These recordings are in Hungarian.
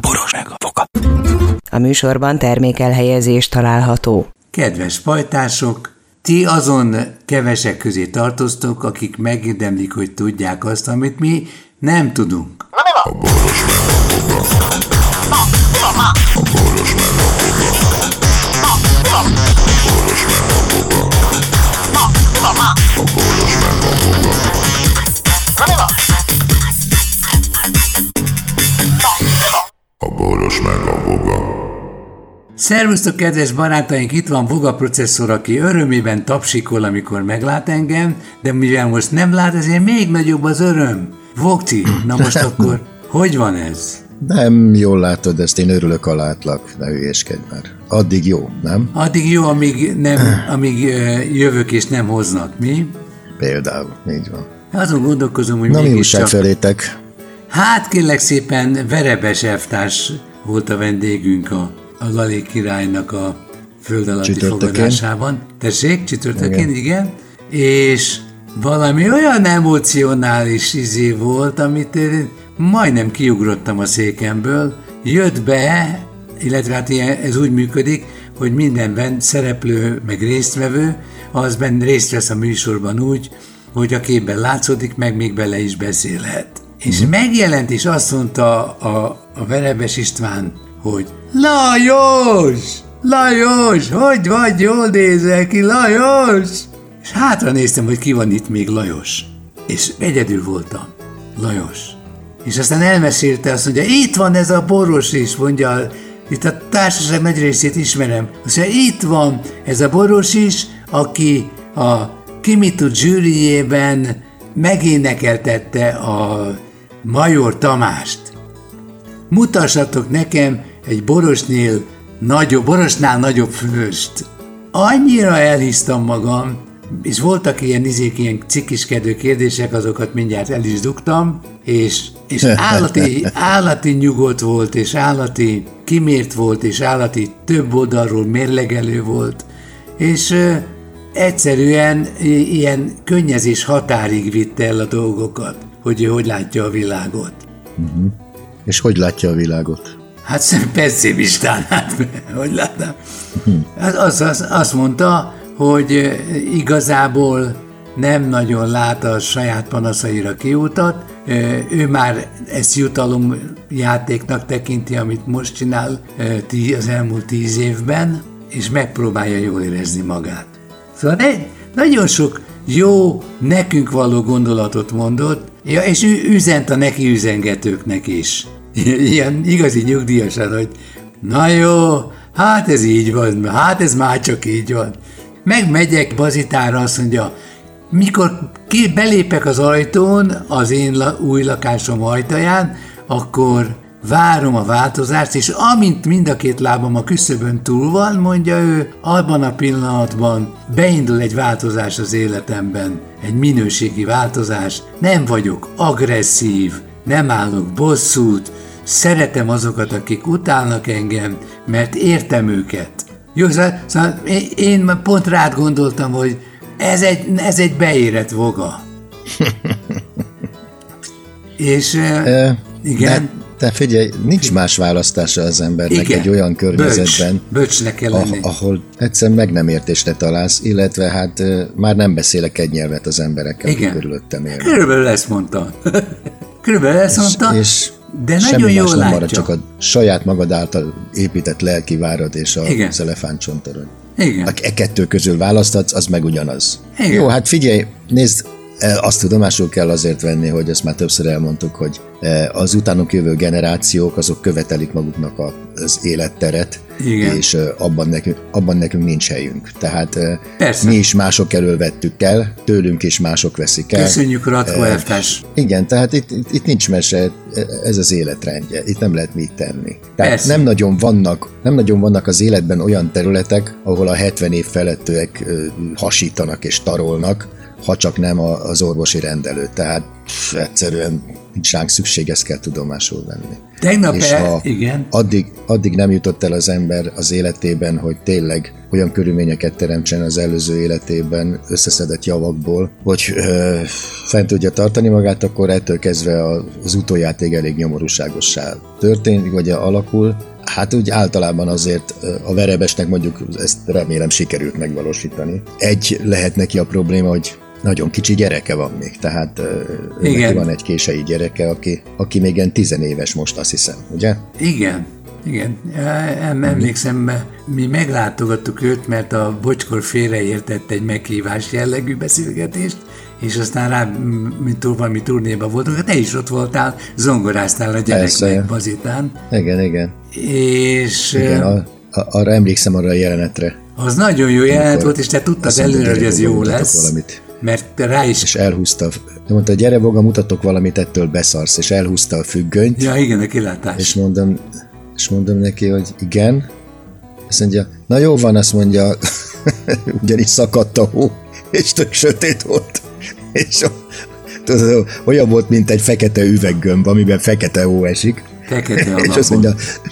Boros meg a Boga. A műsorban termékelhelyezés található. Kedves pajtások, ti azon kevesek közé tartoztok, akik megérdemlik, hogy tudják azt, amit mi nem tudunk. A Boros meg a Boga. A Boros meg a Boga. A Boros meg a Boga. A Boros meg a Boga. A Boros meg a Boga. Szervusztok, kedves barátaink, itt van Boga processzor, aki örömében tapsikol, amikor meglát engem, de mivel most nem lát, ezért még nagyobb az öröm. Vokci, na most akkor, hogy van ez? Nem jól látod ezt, én örülök, ha látlak, ne hülyéskedj már. Addig jó, nem? Addig jó, amíg jövök és nem hoznak, mi? Például, így van. Azon gondolkozom, hogy na, mi mégis újság felétek? Hát kérlek szépen, Verebes elvtárs volt a vendégünk a Lali királynak a föld alatti fogadásában. Tessék, csütörtökén, igen. És valami olyan emocionális volt, amit majdnem kiugrottam a székemből. Jött be, illetve hát ez úgy működik, hogy mindenben szereplő, meg résztvevő, az benne részt vesz a műsorban úgy, hogy a képben látszódik, meg még bele is beszélhet. És megjelent, és azt mondta a Verebes István, hogy Lajos, hogy vagy, jól nézel ki, Lajos? És hátra néztem, hogy ki van itt még Lajos. És egyedül voltam, Lajos. És aztán elmesélte, azt mondja, itt van ez a Boros is, mondja, itt a társaság nagy részét ismerem. Azt mondja, itt van ez a Boros is, aki a Ki tud zsűrijében megénekeltette a Major Tamást. Mutassatok nekem egy Borosnál nagyobb főst. Annyira elhisztam magam, és voltak ilyen cikiskedő kérdések, azokat mindjárt el is dugtam, és állati nyugodt volt, és állati kimért volt, és állati több oldalról mérlegelő volt, és egyszerűen ilyen könnyezés határig vitte el a dolgokat, hogy ő hogy látja a világot. És hogy látja a világot? Hát pessimistán, hogy láttam. Azt mondta, hogy igazából nem nagyon lát a saját panaszaira kiutat, ő már ezt jutalomjátéknak tekinti, amit most csinál az elmúlt 10 évben, és megpróbálja jól érezni magát. Szóval nagyon sok jó, nekünk való gondolatot mondott, és üzent a neki üzengetőknek is. Ilyen igazi nyugdíjasan, hogy na jó, hát ez így van, hát ez már csak így van. Megmegyek Bazitára, azt mondja, mikor belépek az ajtón, az én új lakásom ajtaján, akkor várom a változást, és amint mind a két lábam a küszöbön túl van, mondja ő, abban a pillanatban beindul egy változás az életemben, egy minőségi változás, nem vagyok agresszív, nem állok bosszút, szeretem azokat, akik utálnak engem, mert értem őket. Jó, szóval én pont rád gondoltam, hogy ez egy beérett voga. És igen. Te figyelj, nincs más választása az embernek, igen, egy olyan környezetben, bölcsnek kell lenni, ahol egyszerűen meg nem értésre találsz, illetve hát már nem beszélek egy nyelvet az emberekkel, akik körülöttem élnek. Körülbelül ezt mondta. És de nagyon jól látja. Marad, csak a saját magad által épített lelki várad és az elefántcsontorod. Igen. A kettő közül választhatsz, az meg ugyanaz. Igen. Jó, hát figyelj, nézd, azt tudomásul kell azért venni, hogy ezt már többször elmondtuk, hogy az utánunk jövő generációk, azok követelik maguknak az életteret, igen, és abban nekünk nincs helyünk. Tehát mi is mások elől vettük el, tőlünk is mások veszik el. Köszönjük, Ratko elvtárs! Igen, tehát itt nincs mese, ez az életrendje, itt nem lehet mit tenni. Tehát nem nagyon vannak az életben olyan területek, ahol a 70 év felettőek hasítanak és tarolnak, ha csak nem az orvosi rendelő. Tehát egyszerűen nincs ránk szükség, ezt kell tudomásul venni. Tegnap és ha igen. Addig nem jutott el az ember az életében, hogy tényleg olyan körülményeket teremtsen az előző életében összeszedett javakból, hogy fent tudja tartani magát, akkor ettől kezdve az utójáték elég nyomorúságossá történik, vagy alakul. Hát úgy általában azért a Verebesnek mondjuk ezt remélem sikerült megvalósítani. Egy lehet neki a probléma, hogy nagyon kicsi gyereke van még, tehát neki van egy kései gyereke, aki még ilyen 10 éves most, azt hiszem, ugye? Igen. Emlékszem, mi meglátogattuk őt, mert a Bocskor félreértett egy meghívás jellegű beszélgetést, és aztán rá, mint valami turnéban voltunk, te is ott voltál, zongoráztál a gyereknek Bazitán. Igen. És... Igen, arra emlékszem, arra a jelenetre. Az nagyon jó jelenet volt, és te tudtad előre, hogy ez jó lesz. Valamit. Mert rá is... És elhúzta, mondta, gyere Boga, mutatok valamit, ettől beszarsz, és elhúzta a függönyt. Ja, igen, a kilátás. És mondom neki, hogy igen. Azt mondja, na jó van, azt mondja, ugyanis szakadt a hó, és tök sötét volt. És tudod, olyan volt, mint egy fekete üveggömb, amiben fekete hó esik. Fekete a és azt mondja,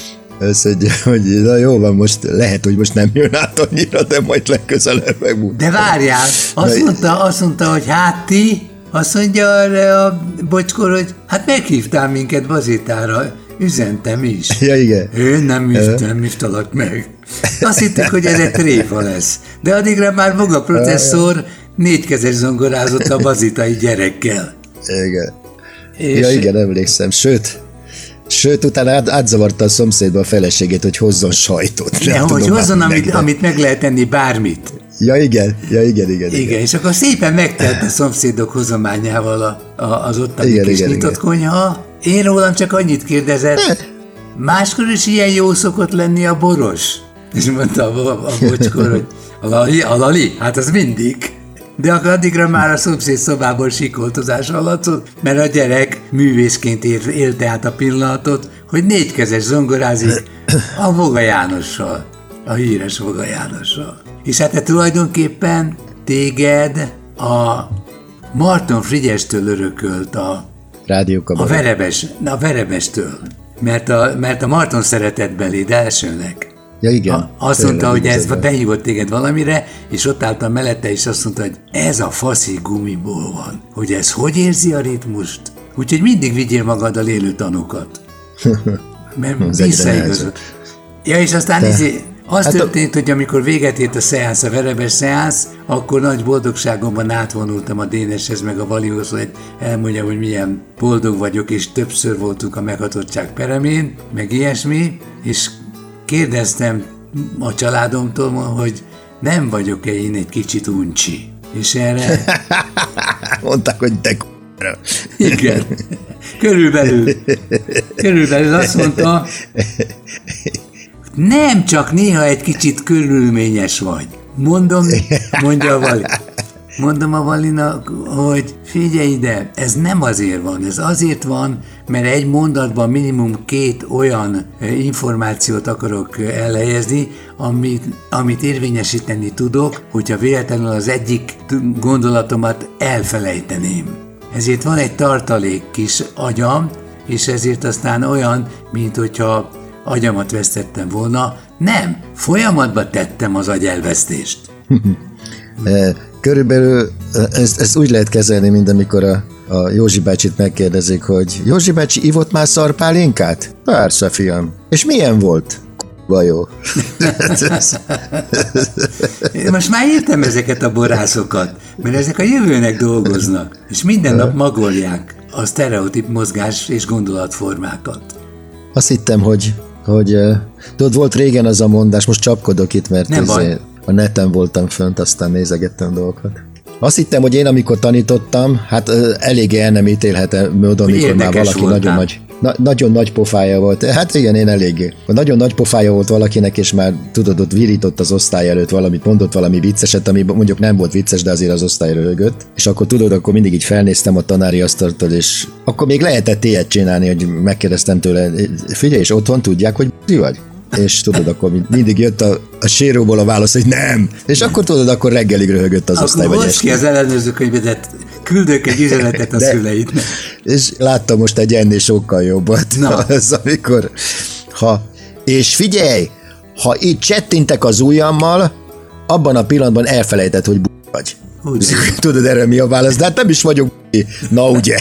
hogy na jó van, most lehet, hogy most nem jön át annyira, de majd legközelebb megmutatom. De várjál, azt mondta, hogy hát ti, azt mondja arra a Bocskor, hogy hát meghívtál minket Bazitára, üzentem is. Ja, igen. Én nem hívtalak meg. Azt hittük, hogy ez egy tréfa lesz. De addigra már Boga professzor 4 kezes zongorázott a bazitai gyerekkel. Igen. Ja, igen, emlékszem. Sőt, utána átzavarta a szomszédba a feleségét, hogy hozzon sajtot. Hogy hozzon, amit meg lehet tenni, bármit. Ja, igen. Igen, és akkor szépen megtelt a szomszédok hozományával az ottani kis nyitott konyha. Én rólam csak annyit kérdezett, máskor is ilyen jó szokott lenni a boros? És mondta a Bocskor, hogy a Lali, hát az mindig. De addigra már a szomszéd szobából sikoltozás hallatszott, mert a gyerek művészként élte át a pillanatot, hogy 4 kezes zongorázik a Voga Jánossal, a híres Voga Jánossal. És hát te tulajdonképpen téged a Marton Frigyestől örökölt a Verebestől, mert a Marton szeretett beléd elsőnek. Ja, igen. Azt mondta, hogy ez behívott téged valamire, és ott álltam mellette, és azt mondta, hogy ez a faszi gumiból van. Hogy ez hogy érzi a ritmust? Úgyhogy mindig vigyél magaddal élő tanúkat. Mert visszaigazod. Ja, és aztán az történt, hogy amikor véget ért a szeánsz, a Verebes szeánsz, akkor nagy boldogságomban átvonultam a Déneshez, meg a Valihoz, hogy elmondjam, hogy milyen boldog vagyok, és többször voltunk a meghatottság peremén, meg ilyesmi, és kérdeztem a családomtól, hogy nem vagyok-e én egy kicsit uncsi. És erre... Mondták, hogy te k***ra. Igen. Körülbelül azt mondta, nem, csak néha egy kicsit körülményes vagy. Mondja a Vali. Mondom a Valinak, hogy figyelj ide, ez nem azért van, ez azért van, mert egy mondatban minimum 2 olyan információt akarok elhelyezni, amit érvényesíteni tudok, hogyha véletlenül az egyik gondolatomat elfelejteném. Ezért van egy tartalék kis agyam, és ezért aztán olyan, mint hogyha agyamat vesztettem volna. Nem, folyamatba tettem az agyelvesztést. Körülbelül ezt úgy lehet kezelni, mint amikor a Józsi bácsit megkérdezik, hogy Józsi bácsi, ivott már szarpálinkát? Persze, fiam. És milyen volt? Jó. Most már értem ezeket a borászokat, mert ezek a jövőnek dolgoznak, és minden nap magolják a sztereotíp mozgás és gondolatformákat. Azt hittem, hogy tudod, volt régen az a mondás, most csapkodok itt, mert a neten voltam fönt, aztán nézegettem dolgokat. Azt hittem, hogy én amikor tanítottam, hát eléggé el nem ítélhetem módon, amikor már valaki nagyon nagy pofája volt. Hát igen, én eléggé. Nagyon nagy pofája volt valakinek, és már tudod, ott virított az osztály előtt valamit, mondott valami vicceset, ami mondjuk nem volt vicces, de azért az osztály röhögött. És akkor tudod, akkor mindig így felnéztem a tanári asztaltól, és akkor még lehetett ilyet csinálni, hogy megkérdeztem tőle, figyelj, és otthon tudják, hogy vagy? és tudod, akkor mindig jött a séróból a válasz, hogy nem, és akkor tudod, akkor reggelig röhögött az osztály, vagy esti. Akkor ki az ellenőrzőkönyvedet, küldök egy üzenetet a szüleidnek. És láttam most egy ennél sokkal jobbat. Az, amikor, és figyelj, ha itt csettintek az ujjammal, abban a pillanatban elfelejtett, hogy vagy. Tudod erre mi a válasz? De hát nem is vagyok na ugye.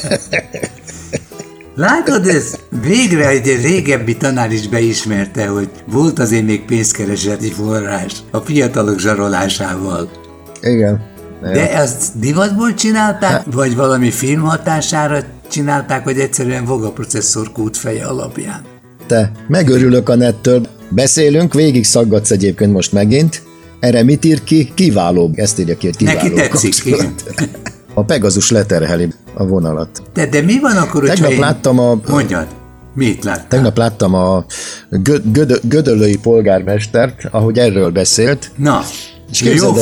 Látod, ez végre egy régebbi tanár is beismerte, hogy volt azért még pénzkereseti forrás a fiatalok zsarolásával. Igen. De ezt divatból csinálták, vagy valami film hatására csinálták, vagy egyszerűen vogaprocesszor kútfeje alapján? Te, megörülök a nettől. Beszélünk, végig szaggatsz egyébként most megint. Erre mit ír ki? Kiváló. Ezt írja ki, hogy kiváló. Neki tetszik, igen. A Pegazus leterheli a vonalat. De mi van akkor, hogyha Mondjad, mit láttál? Tegnap láttam a gödöllői polgármestert, ahogy erről beszélt. Na, és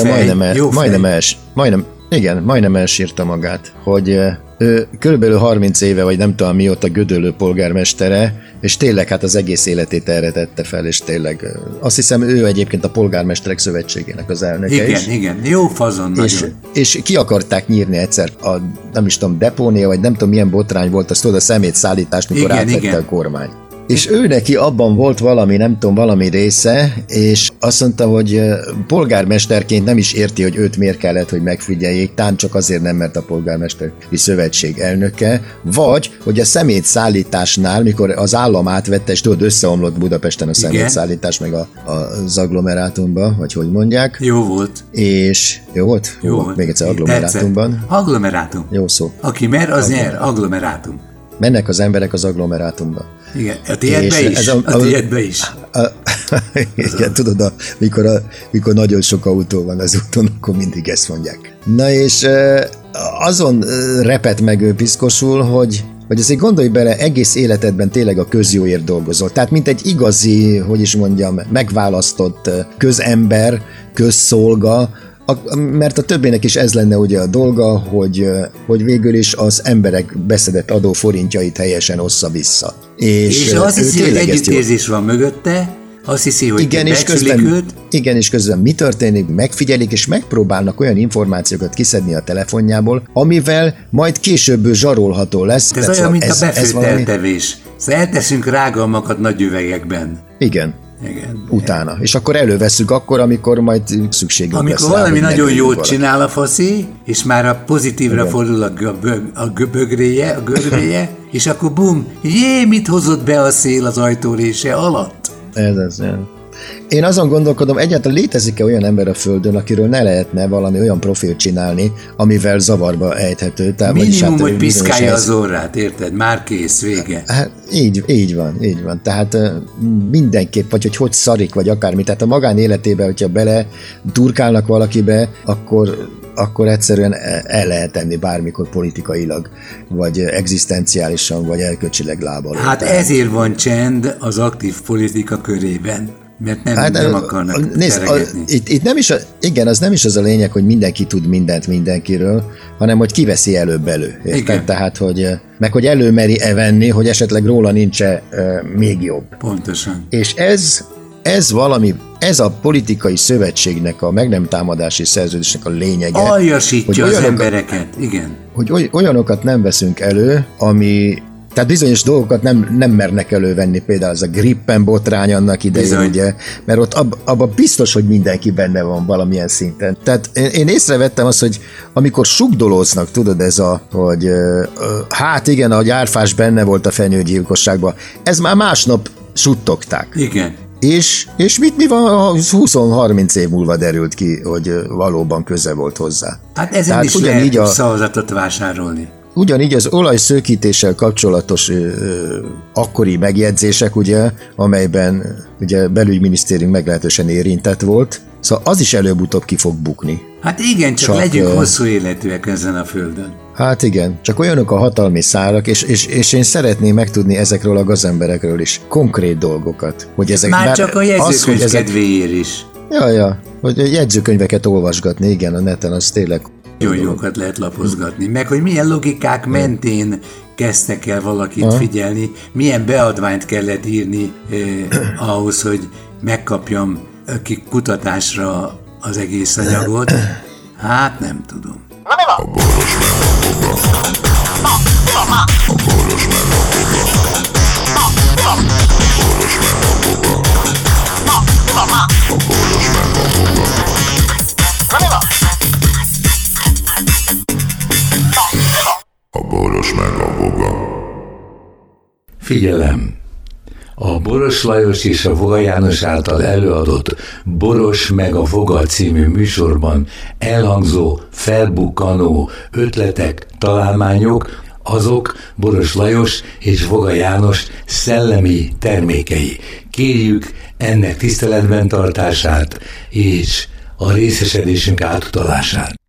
majdnem elsírta magát, hogy ő körülbelül 30 éve, vagy nem tudom mióta Gödöllő polgármestere, és tényleg hát az egész életét erre tette fel, és tényleg azt hiszem ő egyébként a Polgármesterek Szövetségének az elnöke is. Igen, jó fazon és ki akarták nyírni egyszer nem is tudom, depónia, vagy nem tudom milyen botrány volt, azt tudod, a szemétszállítást, mikor átvette a kormány. És ő neki abban volt valami része, és azt mondta, hogy polgármesterként nem is érti, hogy őt miért kellett, hogy megfigyeljék, tán csak azért nem, mert a polgármesteri szövetség elnöke, vagy, hogy a szemétszállításnál, mikor az állam átvette, és tudod, összeomlott Budapesten a szemétszállítás, meg az agglomerátumban, vagy hogy mondják. Jó volt. És jó volt? Jó volt. Még egyszer agglomerátumban. Agglomerátum. Jó szó. Aki mer, az nyer. Agglomerátum. Mennek az emberek az agglomerátumba. Igen, a tiédbe is. Igen, tudod, mikor nagyon sok autó van az úton, akkor mindig ezt mondják. Na és azon repett meg ő piszkosul, hogy azért gondolj bele, egész életedben tényleg a közjóért dolgozol. Tehát mint egy igazi, hogy is mondjam, megválasztott közember, közszolga, mert a többének is ez lenne ugye a dolga, hogy végül is az emberek beszedett adóforintjait helyesen ossza vissza. És azt hiszi, hogy együttérzés van mögötte, azt hiszi, hogy becsülik őt. Igen, és közben mi történik, megfigyelik, és megpróbálnak olyan információkat kiszedni a telefonjából, amivel majd később zsarolható lesz. Ez olyan, mint a befőtt eltevés. Szóval elteszünk rágalmakat nagy üvegekben. Igen. Utána. És akkor elővesszük akkor, amikor majd szükségünk amikor lesz. Amikor valami nagyon jót csinál a faszi, és már a pozitívra fordul a görbéje, és akkor bum, mit hozott be a szél az ajtórésze alatt? Ez. Én azon gondolkodom, egyáltalán létezik-e olyan ember a Földön, akiről ne lehetne valami olyan profilt csinálni, amivel zavarba ejthető. Minimum, hogy piszkálja az orrát, érted? Már kész, vége. Hát így van. Tehát mindenképp, vagy hogy szarik, vagy akármi. Tehát a magánéletében, hogyha bele turkálnak valakibe, akkor egyszerűen el lehet tenni bármikor politikailag, vagy egzisztenciálisan, vagy elköcsileg lábbal. Hát ezért van csend az aktív politika körében. Mert nem akarnak teregetni. Itt nem is az nem is az a lényeg, hogy mindenki tud mindent mindenkiről, hanem hogy kiveszi előbb elő. Tehát, hogy előmeri-e venni, hogy esetleg róla nincs-e még jobb. Pontosan. És ez a politikai szövetségnek, a meg nem támadási szerződésnek a lényege. Aljasítja az embereket, igen. Hogy olyanokat nem veszünk elő, tehát bizonyos dolgokat nem mernek elővenni, például az a Grippen botrány annak idején, ugye, mert ott abban biztos, hogy mindenki benne van valamilyen szinten. Tehát én észrevettem azt, hogy amikor sugdolóznak, tudod, hogy hát igen, a Gyárfás benne volt a fenyőgyilkosságban, ez már másnap suttogták. Igen. És mi van, 20-30 év múlva derült ki, hogy valóban köze volt hozzá. Hát ezen is lehet szavazatot vásárolni. Ugyanígy az olajszőkítéssel kapcsolatos akkori megjegyzések, ugye, amelyben ugye belügyminisztérium meglehetősen érintett volt, szóval az is előbb-utóbb ki fog bukni. Hát igen, csak legyünk hosszú életűek ezen a földön. Hát igen, csak olyanok a hatalmi szárak, és én szeretném megtudni ezekről a gazemberekről is konkrét dolgokat. Hogy ezek, már csak a jegyzőkönyv kedvéért is. Ja, hogy jegyzőkönyveket olvasgatni, igen, a neten az tényleg... Jó jókat lehet lapozgatni, meg hogy milyen logikák mentén kezdtek el valakit figyelni, milyen beadványt kellett írni ahhoz, hogy megkapjam kutatásra az egész anyagot. Hát nem tudom. A boros meg a boga. A boros meg a boga. A boros meg a boga. A boros meg a boga. A boros meg a boga. Figyelem! A Boros Lajos és a Voga János által előadott Boros meg a Voga című műsorban elhangzó, felbukkanó ötletek, találmányok, azok Boros Lajos és Voga János szellemi termékei. Kérjük ennek tiszteletben tartását és a részesedésünk átutalását.